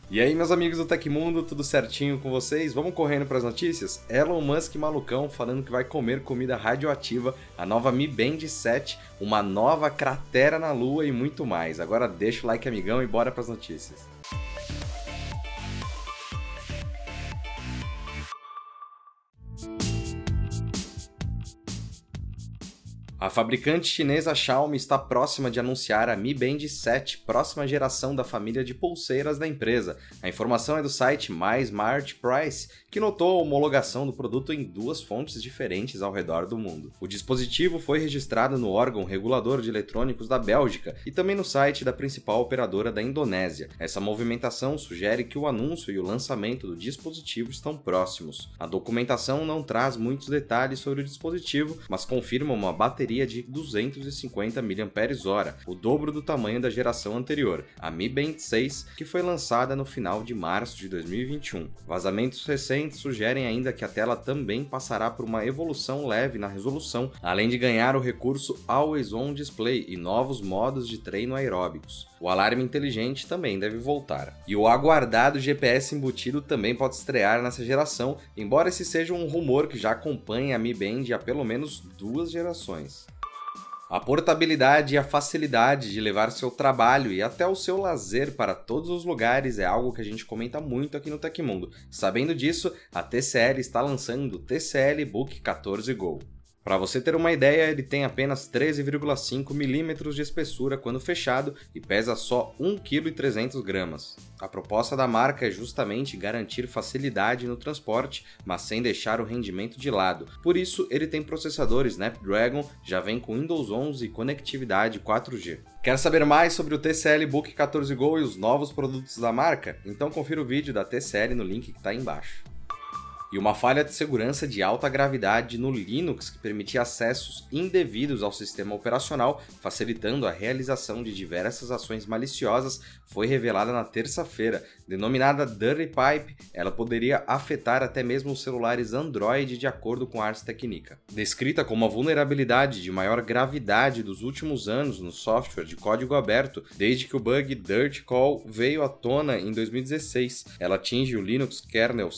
E aí, meus amigos do Tecmundo, tudo certinho com vocês? Vamos correndo para as notícias? Elon Musk malucão falando que vai comer comida radioativa, a nova Mi Band 7, uma nova cratera na Lua e muito mais. Agora deixa o like, amigão, e bora para as notícias. A fabricante chinesa Xiaomi está próxima de anunciar a Mi Band 7, próxima geração da família de pulseiras da empresa. A informação é do site MySmartPrice, que notou a homologação do produto em duas fontes diferentes ao redor do mundo. O dispositivo foi registrado no órgão regulador de eletrônicos da Bélgica e também no site da principal operadora da Indonésia. Essa movimentação sugere que o anúncio e o lançamento do dispositivo estão próximos. A documentação não traz muitos detalhes sobre o dispositivo, mas confirma uma bateria de 250 mAh, o dobro do tamanho da geração anterior, a Mi Band 6, que foi lançada no final de março de 2021. Vazamentos recentes sugerem ainda que a tela também passará por uma evolução leve na resolução, além de ganhar o recurso Always On Display e novos modos de treino aeróbicos. O alarme inteligente também deve voltar. E o aguardado GPS embutido também pode estrear nessa geração, embora esse seja um rumor que já acompanha a Mi Band há pelo menos 2 gerações. A portabilidade e a facilidade de levar seu trabalho e até o seu lazer para todos os lugares é algo que a gente comenta muito aqui no Tecmundo. Sabendo disso, a TCL está lançando o TCL Book 14 Go. Para você ter uma ideia, ele tem apenas 13,5 mm de espessura quando fechado e pesa só 1,3 kg. A proposta da marca é justamente garantir facilidade no transporte, mas sem deixar o rendimento de lado. Por isso, ele tem processador Snapdragon, já vem com Windows 11 e conectividade 4G. Quer saber mais sobre o TCL Book 14 Go e os novos produtos da marca? Então confira o vídeo da TCL no link que está aí embaixo. E uma falha de segurança de alta gravidade no Linux que permitia acessos indevidos ao sistema operacional, facilitando a realização de diversas ações maliciosas, foi revelada na terça-feira. Denominada Dirty Pipe, ela poderia afetar até mesmo os celulares Android de acordo com a Ars Technica. Descrita como a vulnerabilidade de maior gravidade dos últimos anos no software de código aberto, desde que o bug Dirty Call veio à tona em 2016, ela atinge o Linux kernel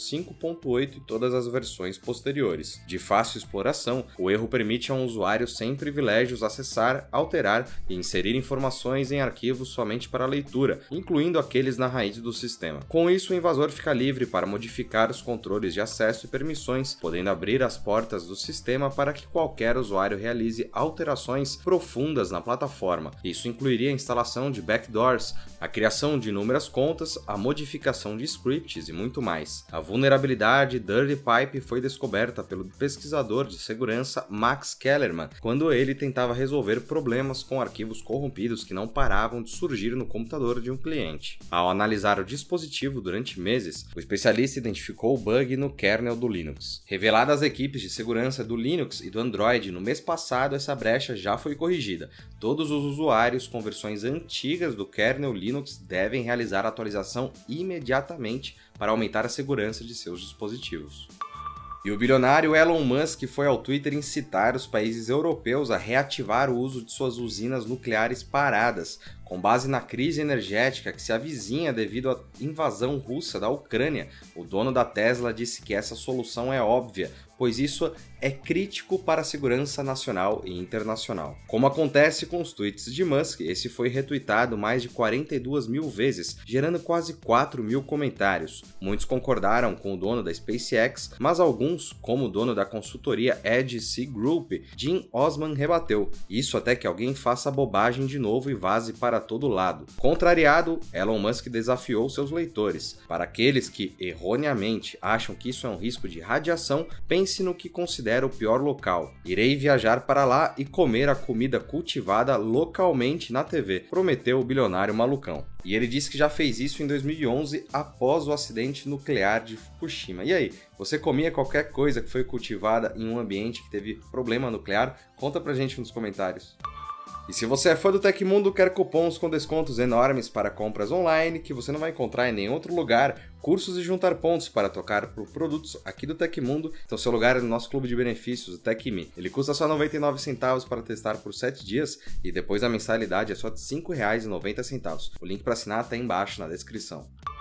5.8 todas as versões posteriores. De fácil exploração, o erro permite a um usuário sem privilégios acessar, alterar e inserir informações em arquivos somente para leitura, incluindo aqueles na raiz do sistema. Com isso, o invasor fica livre para modificar os controles de acesso e permissões, podendo abrir as portas do sistema para que qualquer usuário realize alterações profundas na plataforma. Isso incluiria a instalação de backdoors, a criação de inúmeras contas, a modificação de scripts e muito mais. A vulnerabilidade Dirty Pipe foi descoberta pelo pesquisador de segurança Max Kellerman quando ele tentava resolver problemas com arquivos corrompidos que não paravam de surgir no computador de um cliente. Ao analisar o dispositivo durante meses, o especialista identificou o bug no kernel do Linux. Revelada às equipes de segurança do Linux e do Android no mês passado, essa brecha já foi corrigida. Todos os usuários com versões antigas do kernel Linux devem realizar a atualização imediatamente para aumentar a segurança de seus dispositivos. E o bilionário Elon Musk foi ao Twitter incitar os países europeus a reativar o uso de suas usinas nucleares paradas, com base na crise energética que se avizinha devido à invasão russa da Ucrânia. O dono da Tesla disse que essa solução é óbvia, pois isso é crítico para a segurança nacional e internacional. Como acontece com os tweets de Musk, esse foi retweetado mais de 42 mil vezes, gerando quase 4 mil comentários. Muitos concordaram com o dono da SpaceX, mas alguns, como o dono da consultoria Edge Sea Group, Jim Osman, rebateu. Isso até que alguém faça bobagem de novo e vaze para todo lado. Contrariado, Elon Musk desafiou seus leitores. Para aqueles que, erroneamente, acham que isso é um risco de radiação, pense no que considera o pior local. Irei viajar para lá e comer a comida cultivada localmente na TV, prometeu o bilionário malucão. E ele disse que já fez isso em 2011 após o acidente nuclear de Fukushima. E aí, você comia qualquer coisa que foi cultivada em um ambiente que teve problema nuclear? Conta pra gente nos comentários. E se você é fã do Tecmundo, quer cupons com descontos enormes para compras online que você não vai encontrar em nenhum outro lugar, cursos e juntar pontos para tocar por produtos aqui do Tecmundo, então seu lugar é no nosso clube de benefícios, o TecMe. Ele custa só 99 centavos para testar por 7 dias e depois a mensalidade é só de R$ 5,90. O link para assinar está aí embaixo na descrição.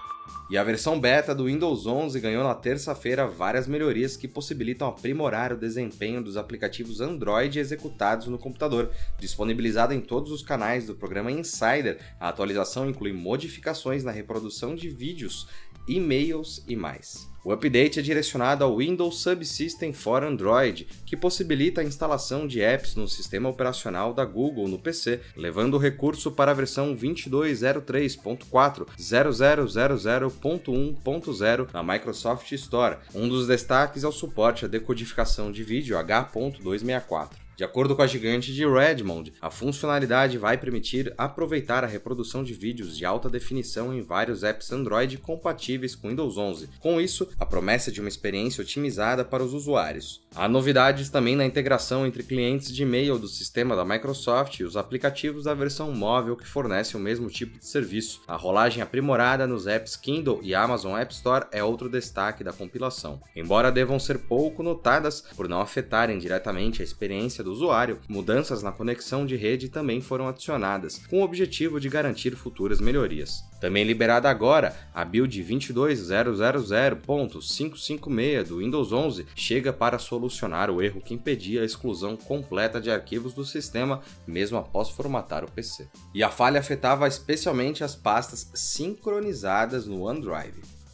E a versão beta do Windows 11 ganhou na terça-feira várias melhorias que possibilitam aprimorar o desempenho dos aplicativos Android executados no computador. Disponibilizada em todos os canais do programa Insider, a atualização inclui modificações na reprodução de vídeos, e-mails e mais. O update é direcionado ao Windows Subsystem for Android, que possibilita a instalação de apps no sistema operacional da Google no PC, levando o recurso para a versão 2203.4.0000.1.0 na Microsoft Store. Um dos destaques é o suporte à decodificação de vídeo H.264. De acordo com a gigante de Redmond, a funcionalidade vai permitir aproveitar a reprodução de vídeos de alta definição em vários apps Android compatíveis com Windows 11. Com isso, a promessa de uma experiência otimizada para os usuários. Há novidades também na integração entre clientes de e-mail do sistema da Microsoft e os aplicativos da versão móvel que fornecem o mesmo tipo de serviço. A rolagem aprimorada nos apps Kindle e Amazon App Store é outro destaque da compilação. Embora devam ser pouco notadas por não afetarem diretamente a experiência do usuário, mudanças na conexão de rede também foram adicionadas, com o objetivo de garantir futuras melhorias. Também liberada agora, a build 22000.556 do Windows 11 chega para solucionar o erro que impedia a exclusão completa de arquivos do sistema mesmo após formatar o PC. E a falha afetava especialmente as pastas sincronizadas no OneDrive.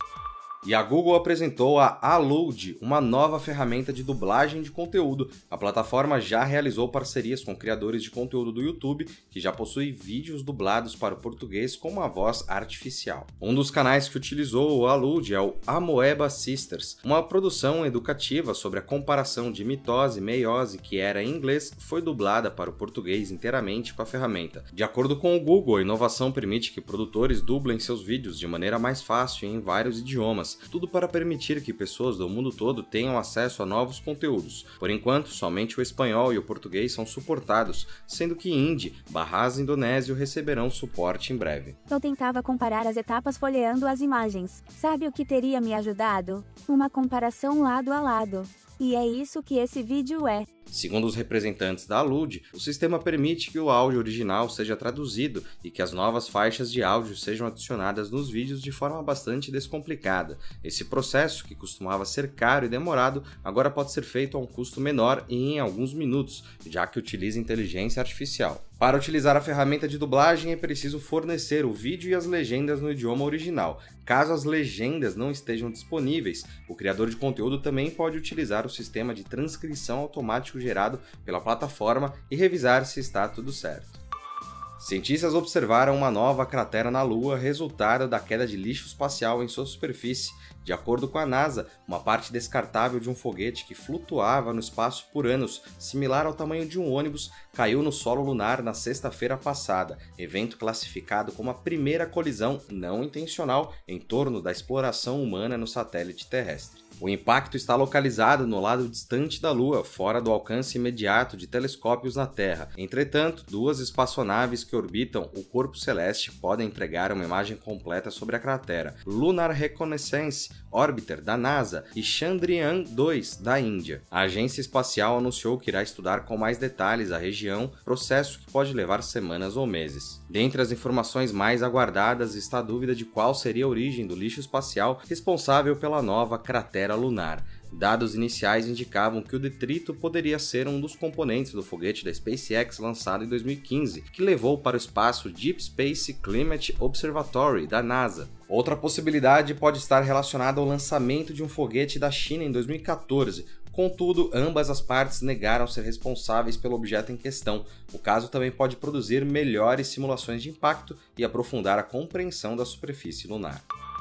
E a Google apresentou a Allude, uma nova ferramenta de dublagem de conteúdo. A plataforma já realizou parcerias com criadores de conteúdo do YouTube, que já possui vídeos dublados para o português com uma voz artificial. Um dos canais que utilizou o Allude é o Amoeba Sisters, uma produção educativa sobre a comparação de mitose e meiose que era em inglês, foi dublada para o português inteiramente com a ferramenta. De acordo com o Google, a inovação permite que produtores dublem seus vídeos de maneira mais fácil e em vários idiomas. Tudo para permitir que pessoas do mundo todo tenham acesso a novos conteúdos. Por enquanto, somente o espanhol e o português são suportados, sendo que Hindi, Bahasa Indonésio receberão suporte em breve. Eu tentava comparar as etapas folheando as imagens. Sabe o que teria me ajudado? Uma comparação lado a lado. E é isso que esse vídeo é. Segundo os representantes da Allude, o sistema permite que o áudio original seja traduzido e que as novas faixas de áudio sejam adicionadas nos vídeos de forma bastante descomplicada. Esse processo, que costumava ser caro e demorado, agora pode ser feito a um custo menor e em alguns minutos, já que utiliza inteligência artificial. Para utilizar a ferramenta de dublagem é preciso fornecer o vídeo e as legendas no idioma original. Caso as legendas não estejam disponíveis, o criador de conteúdo também pode utilizar o sistema de transcrição automático gerado pela plataforma e revisar se está tudo certo. Cientistas observaram uma nova cratera na Lua, resultado da queda de lixo espacial em sua superfície. De acordo com a NASA, uma parte descartável de um foguete que flutuava no espaço por anos, similar ao tamanho de um ônibus, caiu no solo lunar na sexta-feira passada, evento classificado como a primeira colisão não intencional em torno da exploração humana no satélite terrestre. O impacto está localizado no lado distante da Lua, fora do alcance imediato de telescópios na Terra. Entretanto, duas espaçonaves que orbitam o corpo celeste podem entregar uma imagem completa sobre a cratera. Lunar Reconnaissance Orbiter, da NASA, e Chandrayaan-2, da Índia. A agência espacial anunciou que irá estudar com mais detalhes a região, processo que pode levar semanas ou meses. Dentre as informações mais aguardadas está a dúvida de qual seria a origem do lixo espacial responsável pela nova cratera lunar. Dados iniciais indicavam que o detrito poderia ser um dos componentes do foguete da SpaceX lançado em 2015, que levou para o espaço Deep Space Climate Observatory, da NASA. Outra possibilidade pode estar relacionada ao lançamento de um foguete da China em 2014. Contudo, ambas as partes negaram ser responsáveis pelo objeto em questão. O caso também pode produzir melhores simulações de impacto e aprofundar a compreensão da superfície lunar.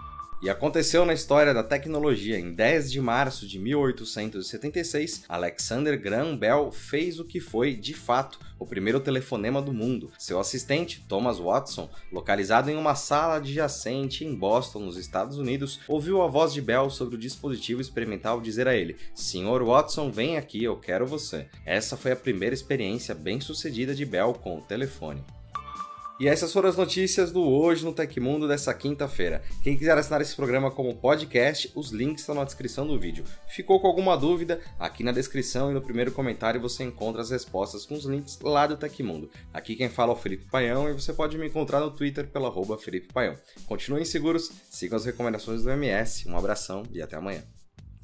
E aconteceu na história da tecnologia. Em 10 de março de 1876, Alexander Graham Bell fez o que foi, de fato, o primeiro telefonema do mundo. Seu assistente, Thomas Watson, localizado em uma sala adjacente em Boston, nos Estados Unidos, ouviu a voz de Bell sobre o dispositivo experimental dizer a ele: "Sr. Watson, vem aqui, eu quero você." Essa foi a primeira experiência bem-sucedida de Bell com o telefone. E essas foram as notícias do Hoje no Tecmundo dessa quinta-feira. Quem quiser assinar esse programa como podcast, os links estão na descrição do vídeo. Ficou com alguma dúvida? Aqui na descrição e no primeiro comentário você encontra as respostas com os links lá do Tecmundo. Aqui quem fala é o Felipe Paião e você pode me encontrar no Twitter pelo @FelipePaião. Continuem seguros, sigam as recomendações do MS, um abração e até amanhã.